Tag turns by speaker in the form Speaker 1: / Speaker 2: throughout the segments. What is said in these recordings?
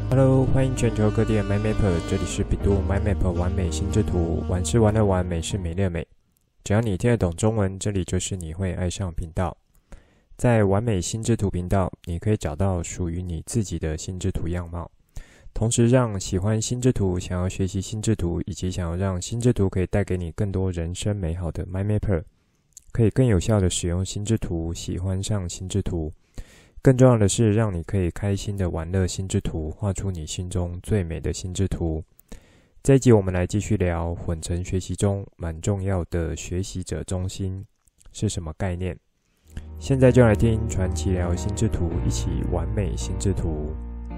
Speaker 1: Hello，欢迎全球各地的 MyMapper， 这里是比度 MyMap 完美心智图，玩是玩的玩，美是美丽的美。只要你听得懂中文，这里就是你会爱上频道。在完美心智图频道，你可以找到属于你自己的心智图样貌，同时让喜欢心智图、想要学习心智图，以及想要让心智图可以带给你更多人生美好的 MyMapper， 可以更有效的使用心智图，喜欢上心智图。更重要的是，让你可以开心的玩乐心智图，画出你心中最美的心智图。这一集我们来继续聊混成学习中蛮重要的学习者中心是什么概念。现在就来听传奇聊心智图，一起完美心智图。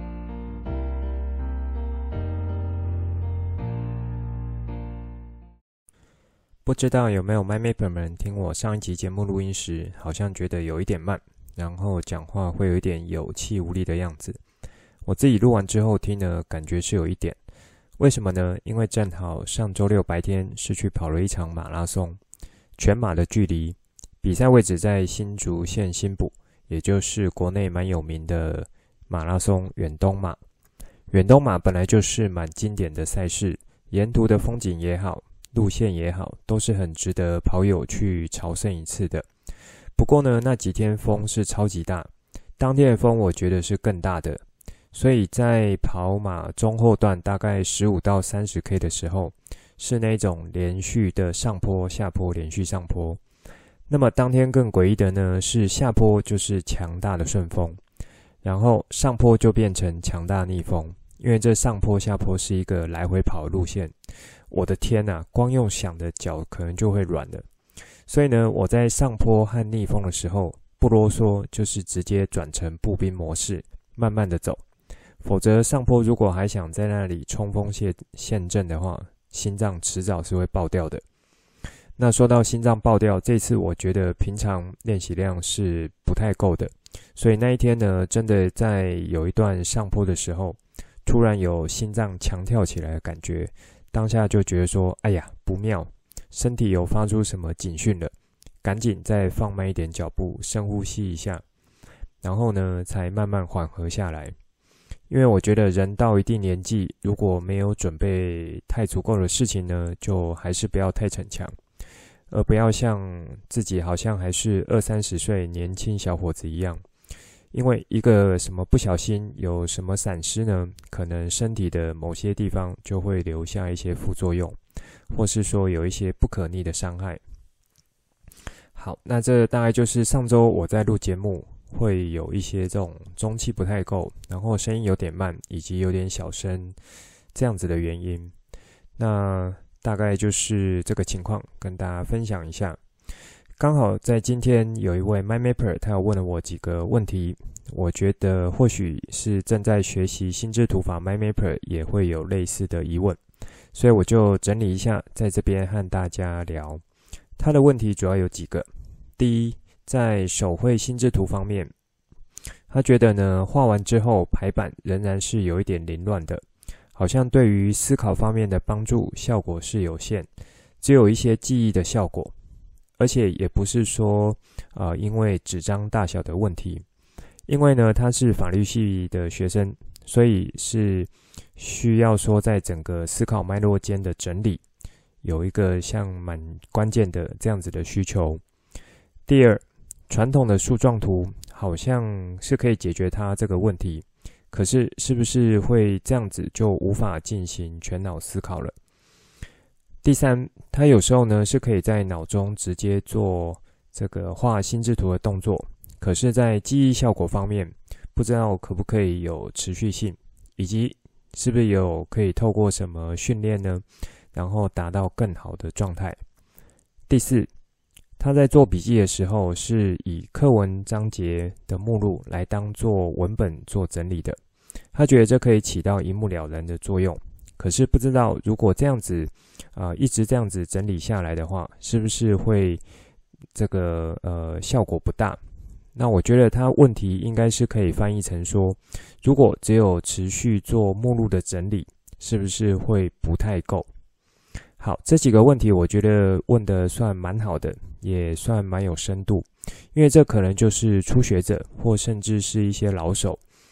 Speaker 1: 不知道有没有 MyMapper 们听我上一集节目录音时，好像觉得有一点慢，然后讲话会有一点有气无力的样子。我自己录完之后听呢，感觉是有一点。为什么呢？因为正好上周六白天是去跑了一场马拉松，全马的距离，比赛位置在新竹县新埔，也就是国内蛮有名的马拉松远东马。远东马本来就是蛮经典的赛事，沿途的风景也好，路线也好，都是很值得跑友去朝圣一次的。不过呢，那几天风是超级大，当天的风我觉得是更大的，所以在跑马中后段大概15到30K 的时候，是那种连续的上坡下坡连续上坡。那么当天更诡异的呢，是下坡就是强大的顺风，然后上坡就变成强大逆风，因为这上坡下坡是一个来回跑的路线。我的天啊，光用想的脚可能就会软了。所以呢，我在上坡和逆风的时候，不啰嗦，就是直接转成步兵模式，慢慢的走。否则上坡如果还想在那里冲锋陷阵的话，心脏迟早是会爆掉的。那说到心脏爆掉，这次我觉得平常练习量是不太够的，所以那一天呢，真的在有一段上坡的时候，突然有心脏强跳起来的感觉，当下就觉得说，哎呀，不妙。身体有发出什么警讯了，赶紧再放慢一点脚步，深呼吸一下，然后呢，才慢慢缓和下来。因为我觉得人到一定年纪，如果没有准备太足够的事情呢，就还是不要太逞强，而不要像自己好像还是20-30岁年轻小伙子一样。因为一个什么不小心有什么闪失呢，可能身体的某些地方就会留下一些副作用，或是说有一些不可逆的伤害。好，那这大概就是上周我在录节目会有一些这种中气不太够，然后声音有点慢，以及有点小声这样子的原因。那大概就是这个情况，跟大家分享一下。刚好在今天有一位 MyMapper， 他有问了我几个问题，我觉得或许是正在学习心智图法 MyMapper 也会有类似的疑问，所以我就整理一下，在这边和大家聊。他的问题主要有几个。第一，在手绘心智图方面，他觉得呢，画完之后排版仍然是有一点凌乱的，好像对于思考方面的帮助效果是有限，只有一些记忆的效果。而且也不是说因为纸张大小的问题，因为呢他是法律系的学生，所以是需要说在整个思考脉络间的整理有一个像蛮关键的这样子的需求。第二，传统的树状图好像是可以解决他这个问题，可是是不是会这样子就无法进行全脑思考了？第三，他有时候呢是可以在脑中直接做这个画心智图的动作，可是在记忆效果方面，不知道可不可以有持续性，以及是不是有可以透过什么训练呢，然后达到更好的状态。第四，他在做笔记的时候是以课文章节的目录来当做文本做整理的，他觉得这可以起到一目了然的作用。可是不知道如果这样子一直这样子整理下来的话，是不是会这个效果不大？那我觉得他问题应该是可以翻译成说，如果只有持续做目录的整理，是不是会不太够？好，这几个问题我觉得问得算蛮好的，也算蛮有深度，因为这可能就是初学者或甚至是一些老手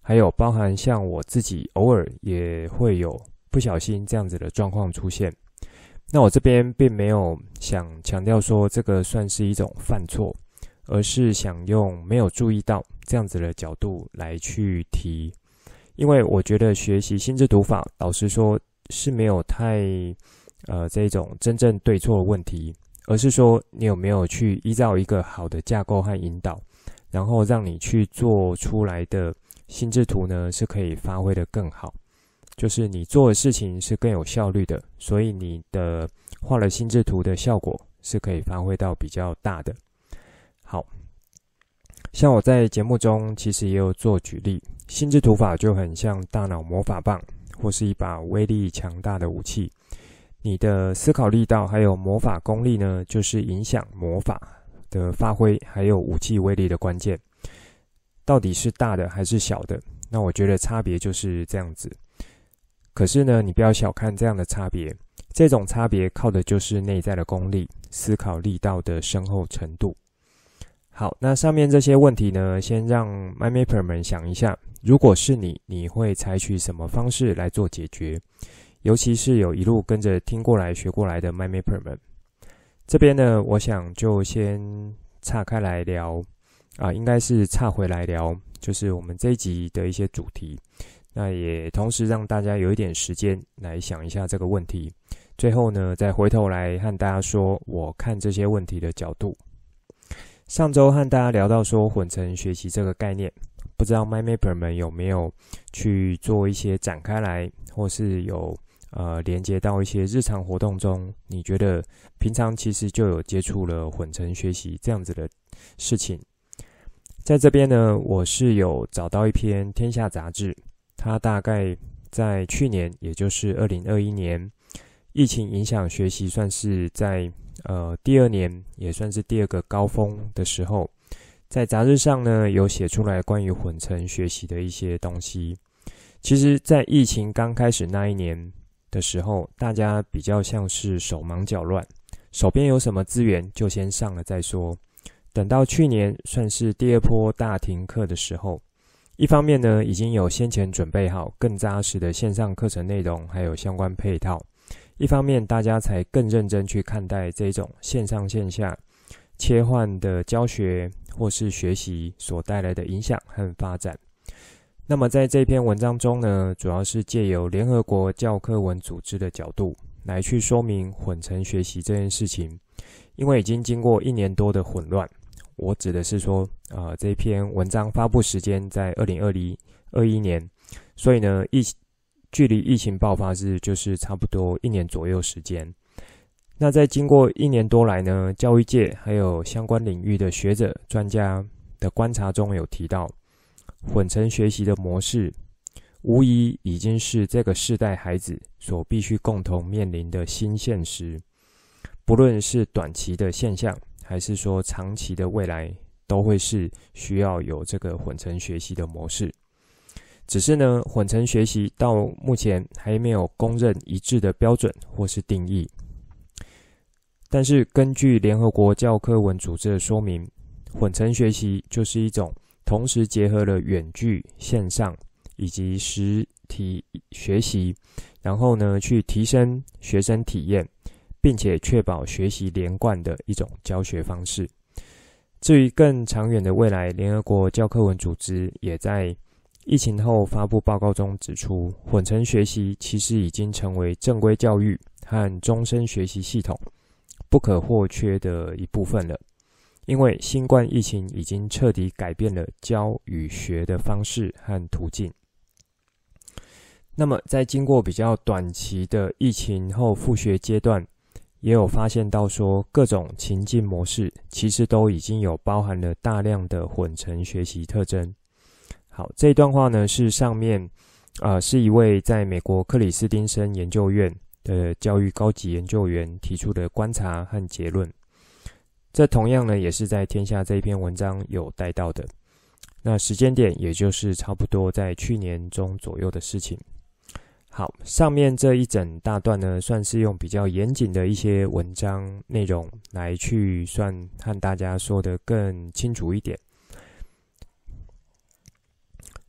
Speaker 1: 还有包含像我自己偶尔也会有不小心这样子的状况出现。那我这边并没有想强调说这个算是一种犯错，而是想用没有注意到这样子的角度来去提。因为我觉得学习心智图法，老实说是没有太这种真正对错的问题，而是说你有没有去依照一个好的架构和引导，然后让你去做出来的心智图呢是可以发挥得更好，就是你做的事情是更有效率的，所以你的画了心智图的效果是可以发挥到比较大的。好，像我在节目中其实也有做举例，心智图法就很像大脑魔法棒，或是一把威力强大的武器。你的思考力道还有魔法功力呢，就是影响魔法的发挥还有武器威力的关键。到底是大的还是小的？那我觉得差别就是这样子。可是呢，你不要小看这样的差别，这种差别靠的就是内在的功力、思考力道的深厚程度。好，那上面这些问题呢，先让 MyMapper 们想一下，如果是你会采取什么方式来做解决？尤其是有一路跟着听过来学过来的 MyMapper 们。这边呢，我想就先岔开来聊应该是岔回来聊，就是我们这一集的一些主题。那也同时让大家有一点时间来想一下这个问题，最后呢，再回头来和大家说我看这些问题的角度。上周和大家聊到说混成学习这个概念，不知道 MyMapper 们有没有去做一些展开来，或是有连接到一些日常活动中，你觉得平常其实就有接触了混成学习这样子的事情。在这边呢，我是有找到一篇天下杂志，它大概在去年，也就是2021年，疫情影响学习算是在第二年，也算是第二个高峰的时候，在杂志上呢有写出来关于混成学习的一些东西。其实在疫情刚开始那一年的时候，大家比较像是手忙脚乱，手边有什么资源就先上了再说。等到去年算是第二波大停课的时候，一方面呢已经有先前准备好更扎实的线上课程内容还有相关配套，一方面大家才更认真去看待这种线上线下切换的教学或是学习所带来的影响和发展。那么在这篇文章中呢，主要是借由联合国教科文组织的角度来去说明混成学习这件事情。因为已经经过1年多的混乱，我指的是说这篇文章发布时间在2021年，所以呢距离疫情爆发日就是差不多1年左右时间。那在经过1年多来呢，教育界还有相关领域的学者专家的观察中有提到，混成学习的模式无疑已经是这个世代孩子所必须共同面临的新现实。不论是短期的现象，还是说长期的未来，都会是需要有这个混成学习的模式。只是呢，混成学习到目前还没有公认一致的标准或是定义。但是根据联合国教科文组织的说明，混成学习就是一种同时结合了远距、线上以及实体学习，然后呢去提升学生体验，并且确保学习连贯的一种教学方式。至于更长远的未来，联合国教科文组织也在疫情后发布报告中指出，混成学习其实已经成为正规教育和终身学习系统不可或缺的一部分了。因为新冠疫情已经彻底改变了教与学的方式和途径。那么在经过比较短期的疫情后复学阶段，也有发现到说各种情境模式其实都已经有包含了大量的混成学习特征。好，这一段话呢是上面是一位在美国克里斯汀森研究院的教育高级研究员提出的观察和结论。这同样呢也是在天下这一篇文章有带到的。那时间点也就是差不多在去年中左右的事情。好，上面这一整大段呢，算是用比较严谨的一些文章内容来去算和大家说得更清楚一点。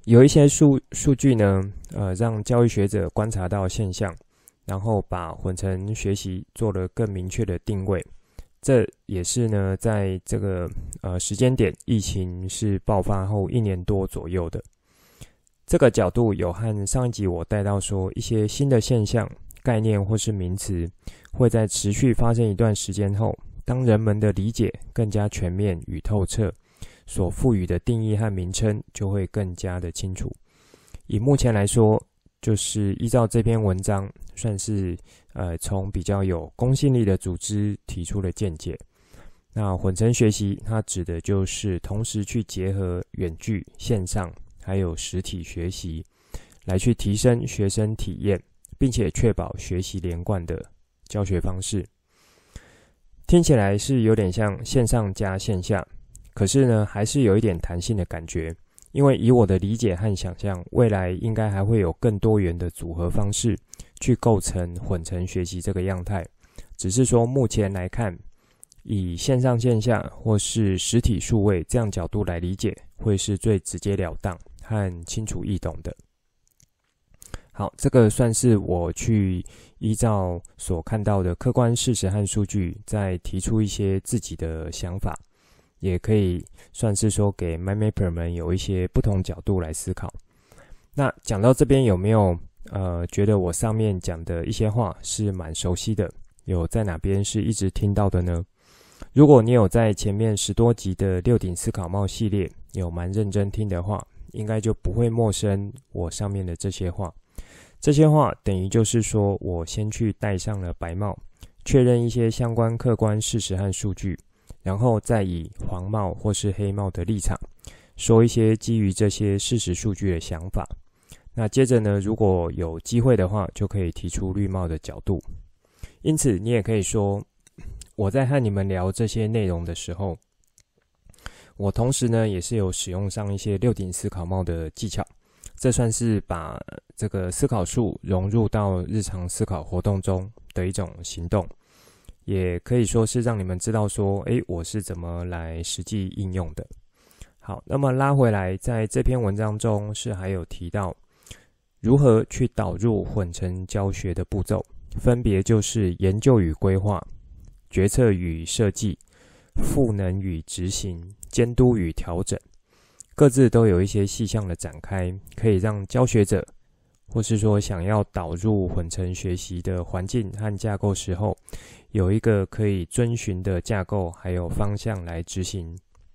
Speaker 1: 有一些数据呢，让教育学者观察到现象，然后把混成学习做了更明确的定位。这也是呢，在这个时间点，疫情是爆发后1年多左右的。这个角度有和上一集我带到说，一些新的现象、概念或是名词，会在持续发生一段时间后，当人们的理解更加全面与透彻，所赋予的定义和名称就会更加的清楚。以目前来说，就是依照这篇文章，算是从比较有公信力的组织提出了见解。那混成学习，它指的就是同时去结合远距、线上还有实体学习，来去提升学生体验，并且确保学习连贯的教学方式。听起来是有点像线上加线下，可是呢，还是有一点弹性的感觉。因为以我的理解和想象，未来应该还会有更多元的组合方式去构成混成学习这个样态。只是说目前来看，以线上线下或是实体数位这样角度来理解，会是最直截了当和清楚易懂的。好，这个算是我去依照所看到的客观事实和数据，再提出一些自己的想法。也可以算是说给 MyMapper 们有一些不同角度来思考。那讲到这边，有没有觉得我上面讲的一些话是蛮熟悉的？有在哪边是一直听到的呢？如果你有在前面10多集的六顶思考帽系列有蛮认真听的话，应该就不会陌生我上面的这些话。这些话等于就是说我先去戴上了白帽，确认一些相关客观事实和数据，然后再以黄帽或是黑帽的立场，说一些基于这些事实数据的想法。那接着呢，如果有机会的话，就可以提出绿帽的角度。因此，你也可以说，我在和你们聊这些内容的时候，我同时呢，也是有使用上一些六顶思考帽的技巧。这算是把这个思考术融入到日常思考活动中的一种行动。也可以说是让你们知道说，我是怎么来实际应用的。好，那么拉回来，在这篇文章中是还有提到如何去导入混成教学的步骤，分别就是研究与规划、决策与设计、赋能与执行、监督与调整，各自都有一些细项的展开，可以让教学者或是说想要导入混成学习的环境和架构时候，有一个可以遵循的架构还有方向来执行。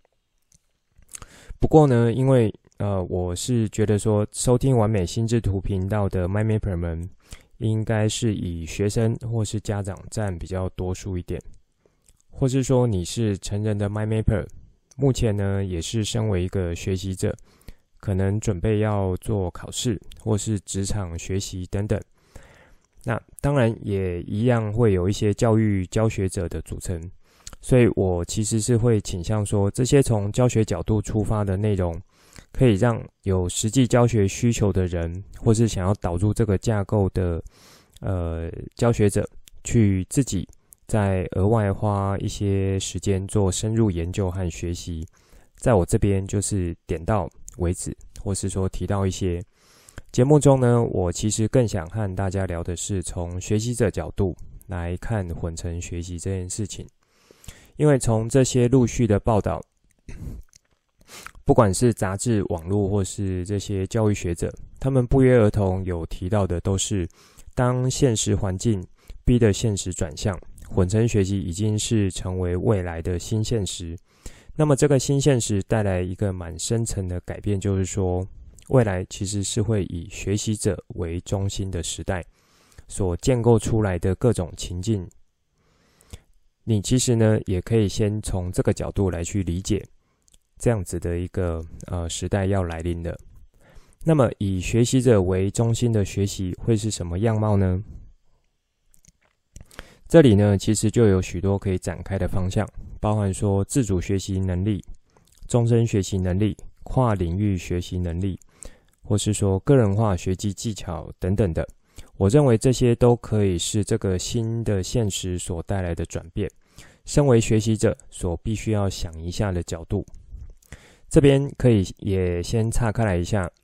Speaker 1: 不过呢，因为我是觉得说收听完美心智图频道的 MyMapper 们应该是以学生或是家长占比较多数一点，或是说你是成人的 MyMapper， 目前呢也是身为一个学习者，可能准备要做考试或是职场学习等等。那当然也一样会有一些教育教学者的组成，所以我其实是会倾向说，这些从教学角度出发的内容，可以让有实际教学需求的人，或是想要导入这个架构的教学者，去自己再额外花一些时间做深入研究和学习。在我这边就是点到为止，或是说提到一些。节目中呢，我其实更想和大家聊的是从学习者角度来看混成学习这件事情。因为从这些陆续的报道，不管是杂志、网络或是这些教育学者，他们不约而同有提到的都是，当现实环境逼得现实转向，混成学习已经是成为未来的新现实。那么这个新现实带来一个蛮深层的改变，就是说未来其实是会以学习者为中心的时代所建构出来的各种情境。你其实呢也可以先从这个角度来去理解这样子的一个时代要来临了。那么以学习者为中心的学习会是什么样貌呢？这里呢其实就有许多可以展开的方向，包含说自主学习能力、终身学习能力、跨领域学习能力，或是说个人化学习技巧等等的。我认为这些都可以是这个新的现实所带来的转变，身为学习者所必须要想一下的角度。这边可以也先岔开来一下，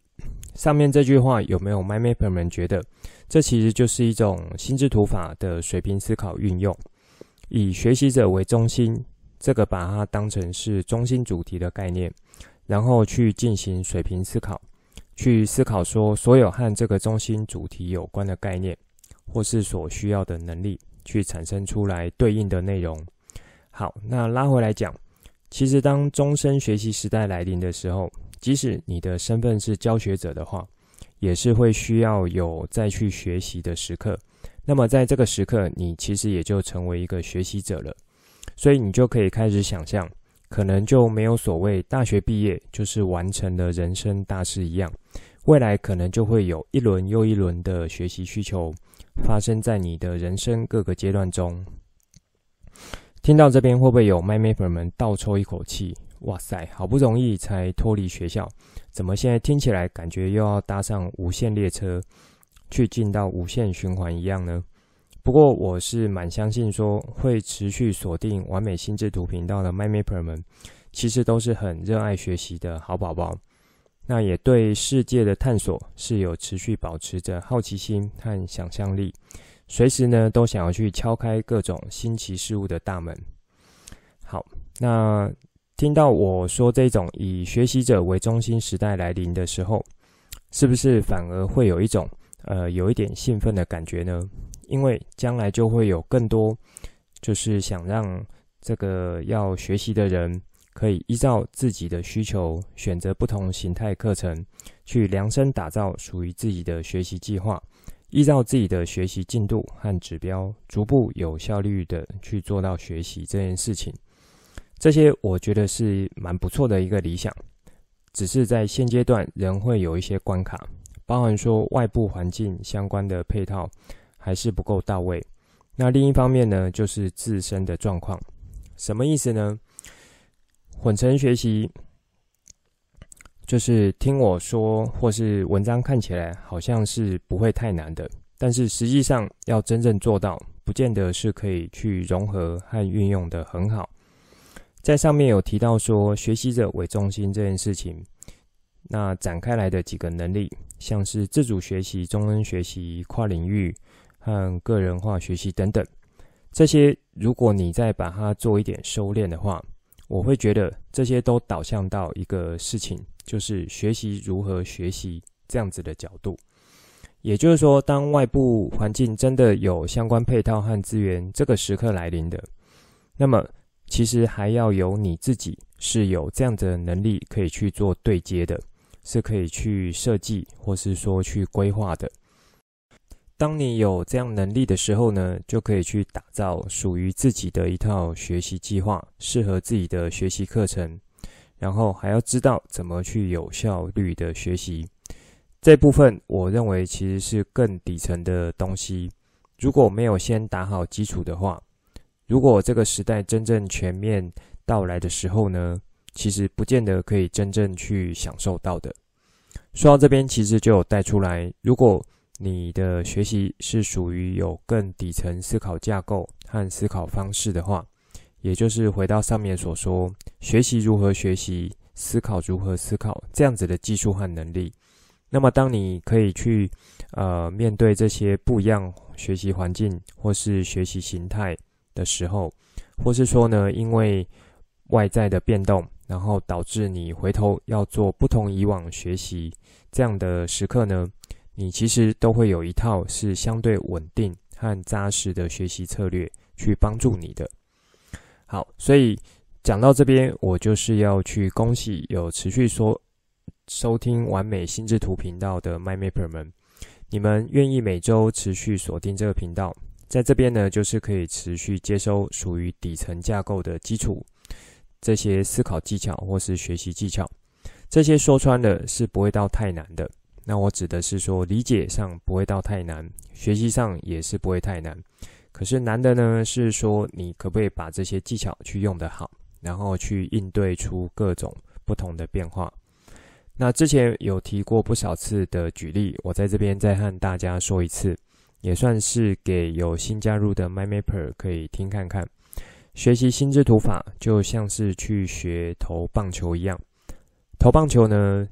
Speaker 1: 上面这句话有没有 MyMapper 们觉得，这其实就是一种心智图法的水平思考运用，以学习者为中心，这个把它当成是中心主题的概念，然后去进行水平思考，去思考说所有和这个中心主题有关的概念，或是所需要的能力，去产生出来对应的内容。好，那拉回来讲，其实当终身学习时代来临的时候，即使你的身份是教学者的话，也是会需要有再去学习的时刻。那么在这个时刻，你其实也就成为一个学习者了。所以你就可以开始想象，可能就没有所谓大学毕业就是完成了人生大事一样，未来可能就会有一轮又一轮的学习需求发生在你的人生各个阶段中。听到这边，会不会有 MyMapper 们倒抽一口气？哇塞，好不容易才脱离学校，怎么现在听起来感觉又要搭上无限列车，去进到无限循环一样呢？不过我是蛮相信说，会持续锁定完美心智图频道的 MyMapper 们，其实都是很热爱学习的好宝宝，那也对世界的探索是有持续保持着好奇心和想象力，随时呢都想要去敲开各种新奇事物的大门。好，那听到我说这种以学习者为中心时代来临的时候，是不是反而会有一种有一点兴奋的感觉呢？因为将来就会有更多就是想让这个要学习的人可以依照自己的需求选择不同形态课程，去量身打造属于自己的学习计划，依照自己的学习进度和指标，逐步有效率的去做到学习这件事情。这些我觉得是蛮不错的一个理想，只是在现阶段仍会有一些关卡，包含说外部环境相关的配套还是不够到位。那另一方面呢，就是自身的状况。什么意思呢？混成学习就是听我说或是文章看起来好像是不会太难的，但是实际上要真正做到，不见得是可以去融合和运用的很好。在上面有提到说学习者为中心这件事情，那展开来的几个能力，像是自主学习、终身学习、跨领域和个人化学习等等，这些如果你再把它做一点收敛的话，我会觉得这些都导向到一个事情，就是学习如何学习这样子的角度。也就是说，当外部环境真的有相关配套和资源这个时刻来临的，那么其实还要有你自己是有这样的能力可以去做对接的，是可以去设计或是说去规划的。当你有这样能力的时候呢，就可以去打造属于自己的一套学习计划，适合自己的学习课程，然后还要知道怎么去有效率的学习。这部分我认为其实是更底层的东西，如果没有先打好基础的话，如果这个时代真正全面到来的时候呢，其实不见得可以真正去享受到的。说到这边，其实就有带出来，如果你的学习是属于有更底层思考架构和思考方式的话，也就是回到上面所说，学习如何学习，思考如何思考这样子的技术和能力。那么当你可以去面对这些不一样学习环境或是学习形态的时候，或是说呢，因为外在的变动，然后导致你回头要做不同以往学习这样的时刻呢，你其实都会有一套是相对稳定和扎实的学习策略去帮助你的。好，所以讲到这边，我就是要去恭喜有持续收听完美心智图频道的 MyMapper 们，你们愿意每周持续锁定这个频道，在这边呢，就是可以持续接收属于底层架构的基础，这些思考技巧或是学习技巧，这些说穿了是不会到太难的。那我指的是说，理解上不会到太难，学习上也是不会太难。可是难的呢，是说你可不可以把这些技巧去用得好，然后去应对出各种不同的变化。那之前有提过不少次的举例，我在这边再和大家说一次，也算是给有新加入的 MyMapper 可以听看看。学习心智图法就像是去学投棒球一样，投棒球呢，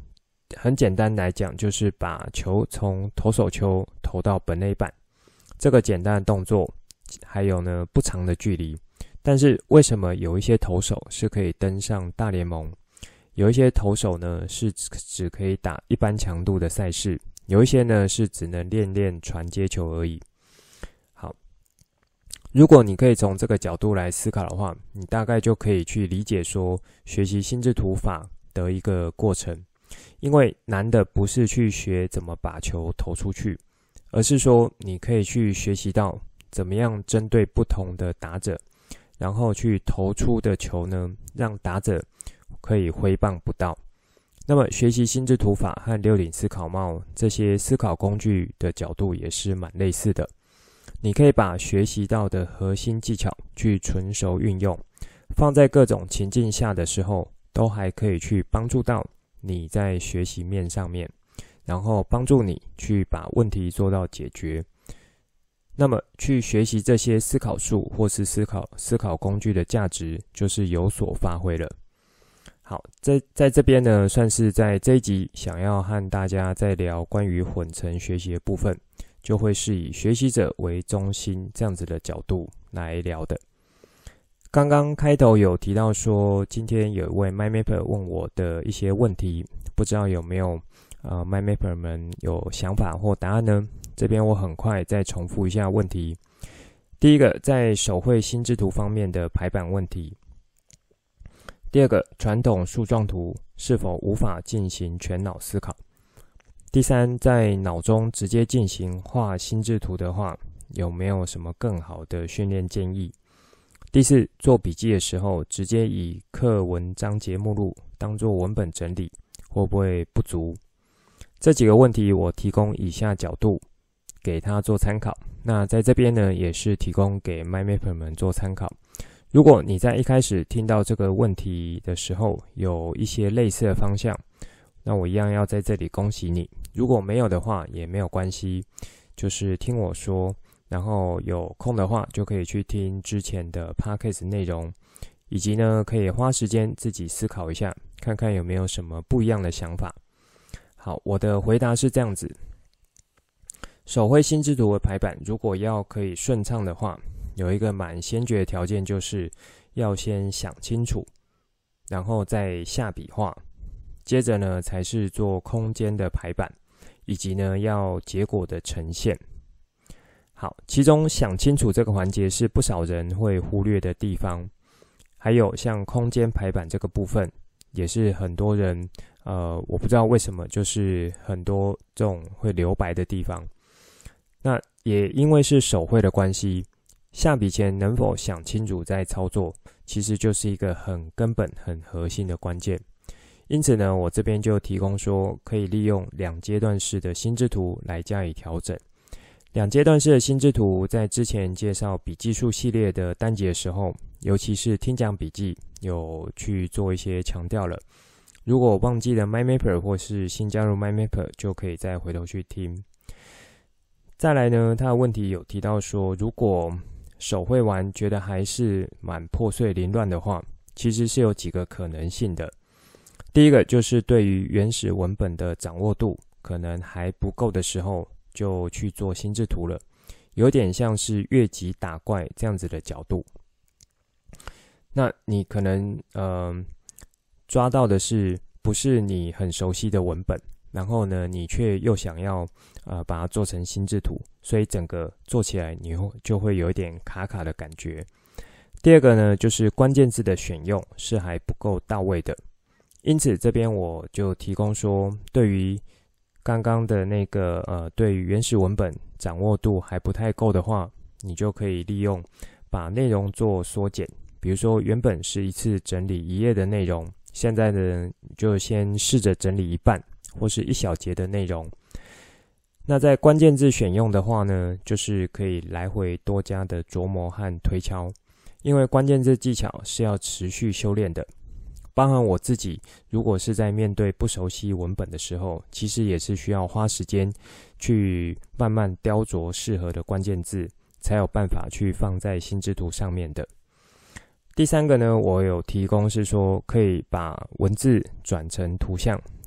Speaker 1: 很简单来讲，就是把球从投手丘投到本垒板，这个简单的动作，还有呢不长的距离。但是为什么有一些投手是可以登上大联盟，有一些投手呢是只可以打一般强度的赛事，有一些呢是只能练练传接球而已。好，如果你可以从这个角度来思考的话，你大概就可以去理解说学习心智图法的一个过程。因为难的不是去学怎么把球投出去，而是说你可以去学习到怎么样针对不同的打者，然后去投出的球呢，让打者可以挥棒不到。那么学习心智图法和六顶思考帽这些思考工具的角度也是蛮类似的。你可以把学习到的核心技巧去纯熟运用，放在各种情境下的时候，都还可以去帮助到你在学习面上面，然后帮助你去把问题做到解决。那么去学习这些思考术或是思考工具的价值就是有所发挥了。好，在这边呢，算是在这一集想要和大家在聊关于混成学习的部分，就会是以学习者为中心这样子的角度来聊的。刚刚开头有提到说，今天有一位 MyMapper 问我的一些问题，不知道有没有MyMapper 们有想法或答案呢？这边我很快再重复一下问题。第一个，在手绘心智图方面的排版问题。第二个，传统树状图是否无法进行全脑思考？第三，在脑中直接进行画心智图的话，有没有什么更好的训练建议？第四，做笔记的时候，直接以课文章节目录当作文本整理，会不会不足？这几个问题我提供以下角度给他做参考。那在这边呢，也是提供给 MyMapper 们做参考。如果你在一开始听到这个问题的时候，有一些类似的方向，那我一样要在这里恭喜你。如果没有的话，也没有关系，就是听我说。然后有空的话，就可以去听之前的 Podcast 内容，以及呢，可以花时间自己思考一下，看看有没有什么不一样的想法。好，我的回答是这样子：手绘心智图的排版，如果要可以顺畅的话，有一个蛮先决的条件，就是要先想清楚，然后再下笔画，接着呢，才是做空间的排版，以及呢，要结果的呈现。好，其中想清楚这个环节是不少人会忽略的地方，还有像空间排版这个部分，也是很多人我不知道为什么，就是很多这种会留白的地方。那也因为是手绘的关系，下笔前能否想清楚再操作，其实就是一个很根本、很核心的关键。因此呢，我这边就提供说，可以利用2阶段式的心智图来加以调整。2阶段式的心智图，在之前介绍笔记术系列的单集的时候，尤其是听讲笔记，有去做一些强调了。如果忘记了 MyMapper 或是新加入 MyMapper， 就可以再回头去听。再来呢，他的问题有提到说，如果手绘完觉得还是蛮破碎凌乱的话，其实是有几个可能性的。第一个就是对于原始文本的掌握度可能还不够的时候，就去做心智图了，有点像是越级打怪这样子的角度。那你可能抓到的是不是你很熟悉的文本，然后呢，你却又想要把它做成心智图，所以整个做起来你就会有一点卡卡的感觉。第二个呢，就是关键字的选用是还不够到位的，因此这边我就提供说，对于刚刚的那个对于原始文本掌握度还不太够的话，你就可以利用把内容做缩减。比如说原本是一次整理1页的内容，现在呢就先试着整理一半或是1小节的内容。那在关键字选用的话呢，就是可以来回多加的琢磨和推敲，因为关键字技巧是要持续修炼的。包含我自己，如果是在面对不熟悉文本的时候，其实也是需要花时间去慢慢雕琢适合的关键字，才有办法去放在心智图上面的。第三个呢，我有提供是说，可以把文字转成图像，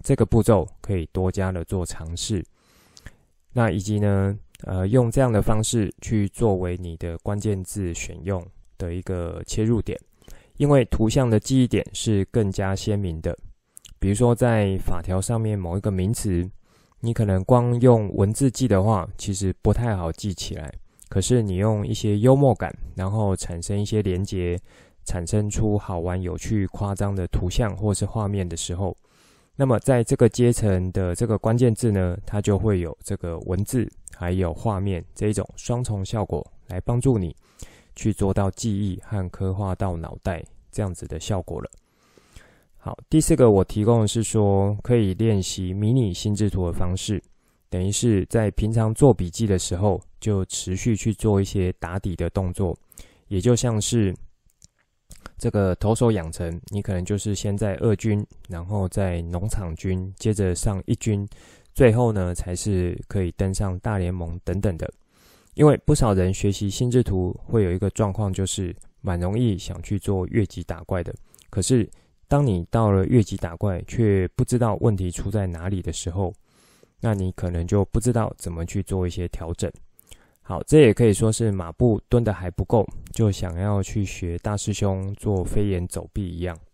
Speaker 1: 这个步骤可以多加的做尝试。那以及呢，用这样的方式去作为你的关键字选用的一个切入点，因为图像的记忆点是更加鲜明的。比如说在法条上面某一个名词，你可能光用文字记的话，其实不太好记起来。可是你用一些幽默感，然后产生一些连结，产生出好玩、有趣、夸张的图像或是画面的时候，那么在这个阶层的这个关键字呢，它就会有这个文字还有画面这一种双重效果，来帮助你去做到记忆和刻画到脑袋这样子的效果了。好，第4个我提供的是说，可以练习迷你心智图的方式，等于是在平常做笔记的时候，就持续去做一些打底的动作，也就像是这个投手养成，你可能就是先在2军，然后在农场军，接着上1军，最后呢才是可以登上大联盟等等的。因为不少人学习心智图会有一个状况，就是蛮容易想去做越级打怪的，可是当你到了越级打怪却不知道问题出在哪里的时候，那你可能就不知道怎么去做一些调整。好，这也可以说是马步蹲得还不够，就想要去学大师兄做飞檐走壁一样。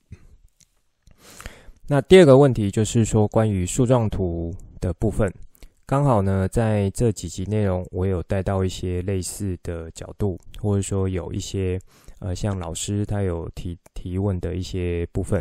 Speaker 1: 那第2个问题就是说关于树状图的部分，刚好呢在这几集内容我有带到一些类似的角度，或者说有一些像老师他有提问的一些部分。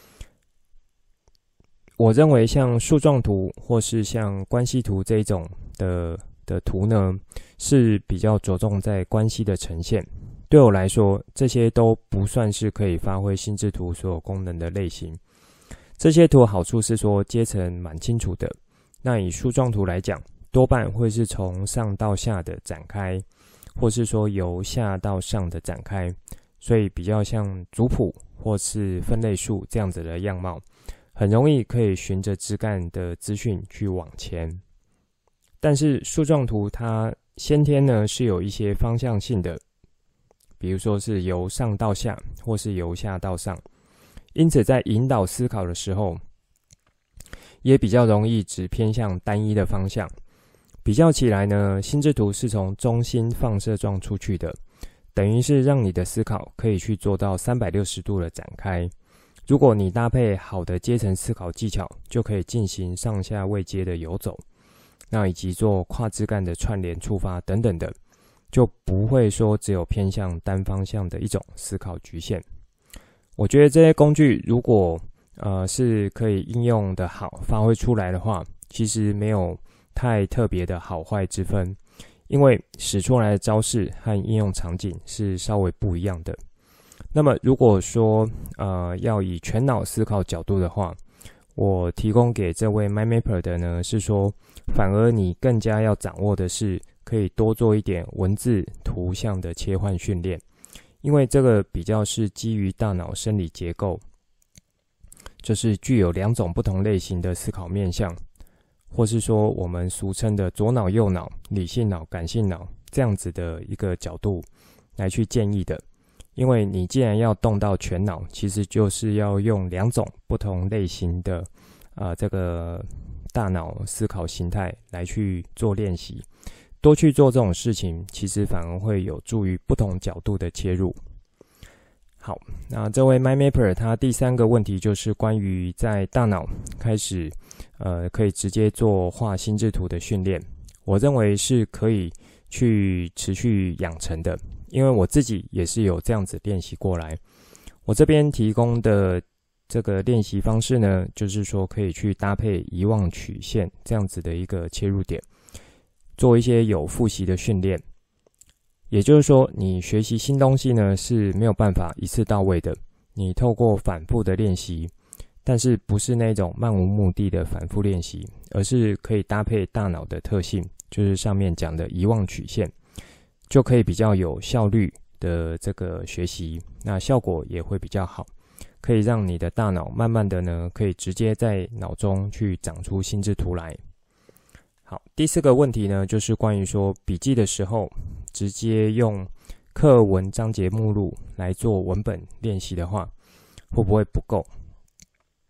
Speaker 1: 我认为像树状图或是像关系图这一种的图呢，是比较着重在关系的呈现。对我来说，这些都不算是可以发挥心智图所有功能的类型。这些图好处是说阶层蛮清楚的，那以树状图来讲，多半会是从上到下的展开，或是说由下到上的展开，所以比较像族谱或是分类树这样子的样貌，很容易可以循着枝干的资讯去往前。但是树状图它先天呢是有一些方向性的，比如说是由上到下或是由下到上，因此在引导思考的时候也比较容易只偏向单一的方向。比较起来呢，心智图是从中心放射状出去的，等于是让你的思考可以去做到360度的展开。如果你搭配好的阶层思考技巧，就可以进行上下位阶的游走，那以及做跨枝干的串联触发等等的，就不会说只有偏向单方向的一种思考局限。我觉得这些工具如果是可以应用的好，发挥出来的话，其实没有太特别的好坏之分，因为使出来的招式和应用场景是稍微不一样的。那么如果说要以全脑思考角度的话，我提供给这位 MindMapper 的呢是说，反而你更加要掌握的是可以多做一点文字图像的切换训练，因为这个比较是基于大脑生理结构，就是具有2种不同类型的思考面向，或是说我们俗称的左脑右脑、理性脑感性脑这样子的一个角度来去建议的。因为你既然要动到全脑，其实就是要用2种不同类型的这个大脑思考形态来去做练习，多去做这种事情，其实反而会有助于不同角度的切入。好，那这位 MindMapper 他第3个问题就是关于在大脑开始可以直接做画心智图的训练，我认为是可以去持续养成的，因为我自己也是有这样子练习过来。我这边提供的这个练习方式呢，就是说可以去搭配遗忘曲线这样子的一个切入点，做一些有复习的训练。也就是说，你学习新东西呢是没有办法一次到位的，你透过反复的练习，但是不是那种漫无目的的反复练习，而是可以搭配大脑的特性，就是上面讲的遗忘曲线，就可以比较有效率的这个学习，那效果也会比较好，可以让你的大脑慢慢的呢，可以直接在脑中去长出心智图来。好，第4个问题呢，就是关于说笔记的时候，直接用课文章节目录来做文本练习的话，会不会不够？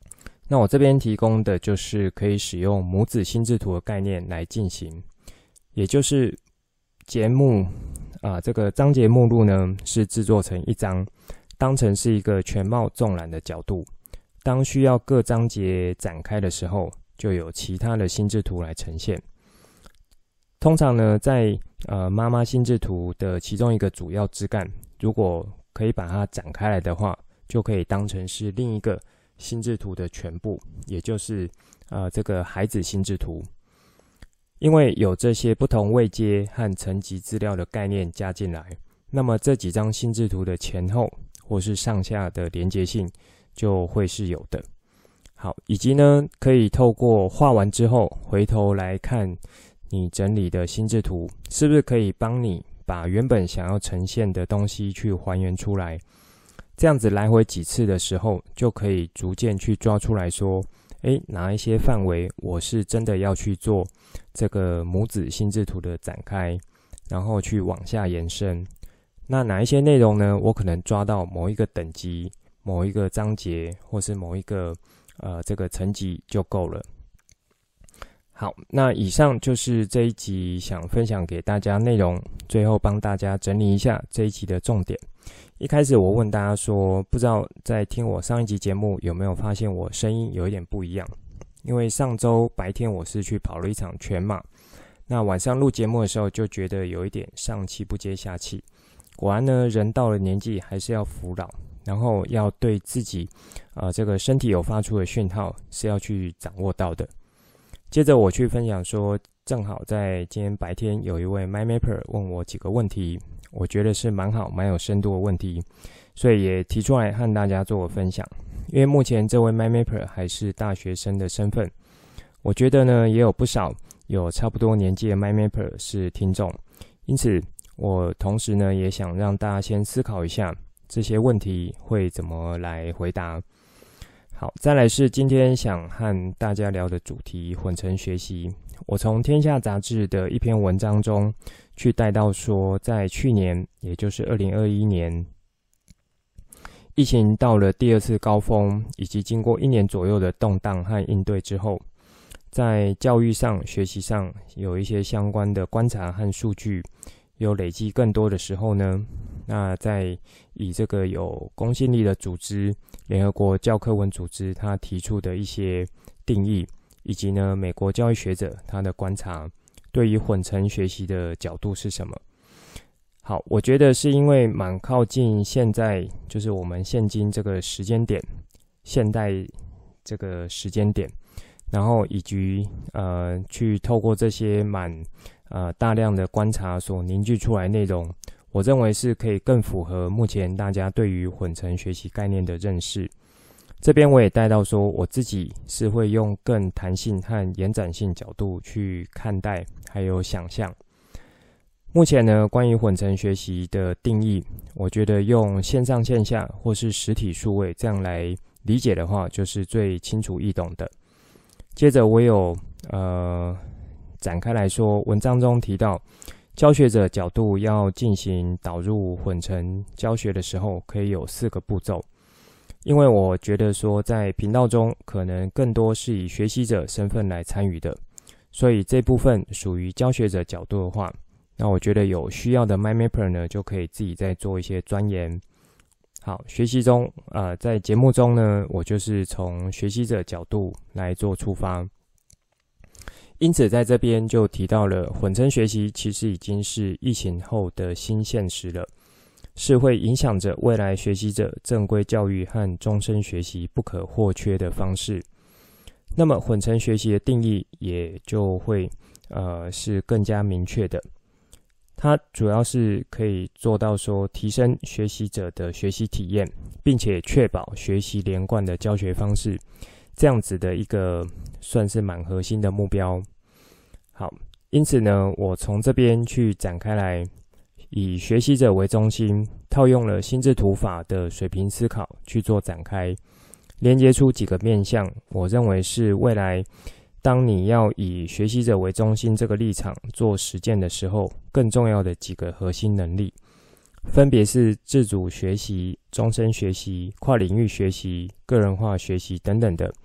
Speaker 1: 那我这边提供的就是可以使用母子心智图的概念来进行，也就是节目这个章节目录呢是制作成一张，当成是一个全貌纵览的角度。当需要各章节展开的时候，就有其他的心智图来呈现。通常呢，在妈妈心智图的其中一个主要枝干，如果可以把它展开来的话，就可以当成是另一个心智图的全部，也就是这个孩子心智图。因为有这些不同位阶和层级资料的概念加进来，那么这几张心智图的前后或是上下的连结性就会是有的。好，以及呢，可以透过画完之后回头来看你整理的心智图，是不是可以帮你把原本想要呈现的东西去还原出来。这样子来回几次的时候，就可以逐渐去抓出来说，哪一些范围我是真的要去做这个母子心智图的展开，然后去往下延伸。那哪一些内容呢，我可能抓到某一个等级、某一个章节，或是某一个这个层级就够了。好，那以上就是这一集想分享给大家内容，最后帮大家整理一下这一集的重点。一开始我问大家说，不知道在听我上一集节目有没有发现我声音有一点不一样？因为上周白天我是去跑了一场全马，那晚上录节目的时候就觉得有一点上气不接下气。果然呢，人到了年纪还是要服老，然后要对自己这个身体有发出的讯号是要去掌握到的。接着我去分享说，正好在今天白天有一位 MyMapper 问我几个问题，我觉得是蛮好蛮有深度的问题，所以也提出来和大家做个分享。因为目前这位 MyMapper 还是大学生的身份，我觉得呢也有不少有差不多年纪的 MyMapper 是听众，因此我同时呢也想让大家先思考一下这些问题会怎么来回答。好，再来是今天想和大家聊的主题，混成学习。我从天下杂志的一篇文章中去带到说，在去年，也就是2021年，疫情到了第二次高峰，以及经过1年左右的动荡和应对之后，在教育上、学习上有一些相关的观察和数据有累积更多的时候呢，那在以这个有公信力的组织联合国教科文组织他提出的一些定义，以及呢美国教育学者他的观察，对于混成学习的角度是什么？好，我觉得是因为蛮靠近现在，就是我们现今这个时间点，现代这个时间点，然后以及去透过这些大量的观察所凝聚出来内容，我认为是可以更符合目前大家对于混成学习概念的认识。这边我也带到说，我自己是会用更弹性和延展性角度去看待，还有想象。目前呢，关于混成学习的定义，我觉得用线上线下或是实体数位这样来理解的话，就是最清楚易懂的。接着我有展开来说，文章中提到教学者角度要进行导入混成教学的时候，可以有4个步骤。因为我觉得说在频道中可能更多是以学习者身份来参与的，所以这部分属于教学者角度的话，那我觉得有需要的 MyMapper 呢，就可以自己再做一些钻研。好，学习中在节目中呢，我就是从学习者角度来做出发。因此在这边就提到了混成学习其实已经是疫情后的新现实了，是会影响着未来学习者正规教育和终身学习不可或缺的方式。那么混成学习的定义也就会是更加明确的。它主要是可以做到说提升学习者的学习体验，并且确保学习连贯的教学方式，这样子的一个算是蛮核心的目标。好，因此呢，我从这边去展开来，以学习者为中心，套用了心智图法的水平思考去做展开，连接出几个面向，我认为是未来当你要以学习者为中心这个立场做实践的时候，更重要的几个核心能力，分别是自主学习、终身学习、跨领域学习、个人化学习等等的。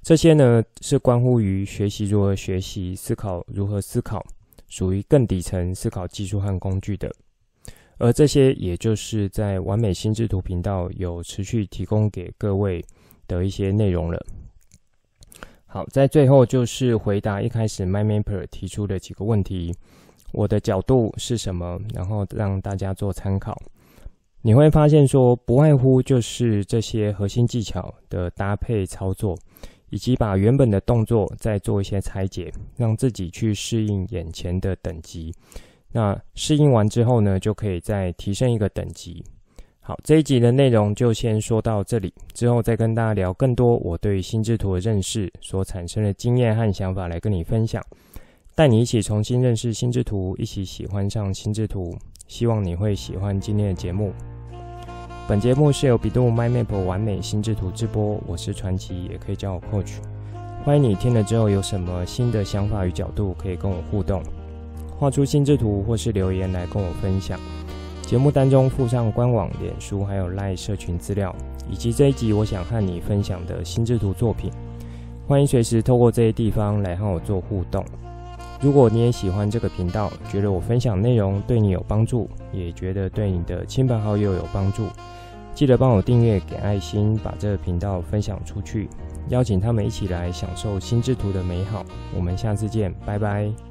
Speaker 1: 这些呢是关乎于学习如何学习、思考如何思考，属于更底层思考技术和工具的。而这些也就是在完美心智图频道有持续提供给各位的一些内容了。好，在最后就是回答一开始 MyMapper 提出的几个问题，我的角度是什么，然后让大家做参考。你会发现说，不外乎就是这些核心技巧的搭配操作，以及把原本的动作再做一些拆解，让自己去适应眼前的等级。那适应完之后呢，就可以再提升一个等级。好，这一集的内容就先说到这里，之后再跟大家聊更多我对心智图的认识所产生的经验和想法来跟你分享，带你一起重新认识心智图，一起喜欢上心智图。希望你会喜欢今天的节目。本节目是由比度 MyMap 完美心智图直播，我是传奇，也可以叫我 Coach。欢迎你听了之后有什么新的想法与角度，可以跟我互动，画出心智图或是留言来跟我分享。节目单中附上官网、脸书还有 LINE 社群资料，以及这一集我想和你分享的心智图作品。欢迎随时透过这些地方来和我做互动。如果你也喜欢这个频道，觉得我分享内容对你有帮助，也觉得对你的亲朋好友有帮助，记得帮我订阅、给爱心，把这个频道分享出去，邀请他们一起来享受心智图的美好。我们下次见，拜拜。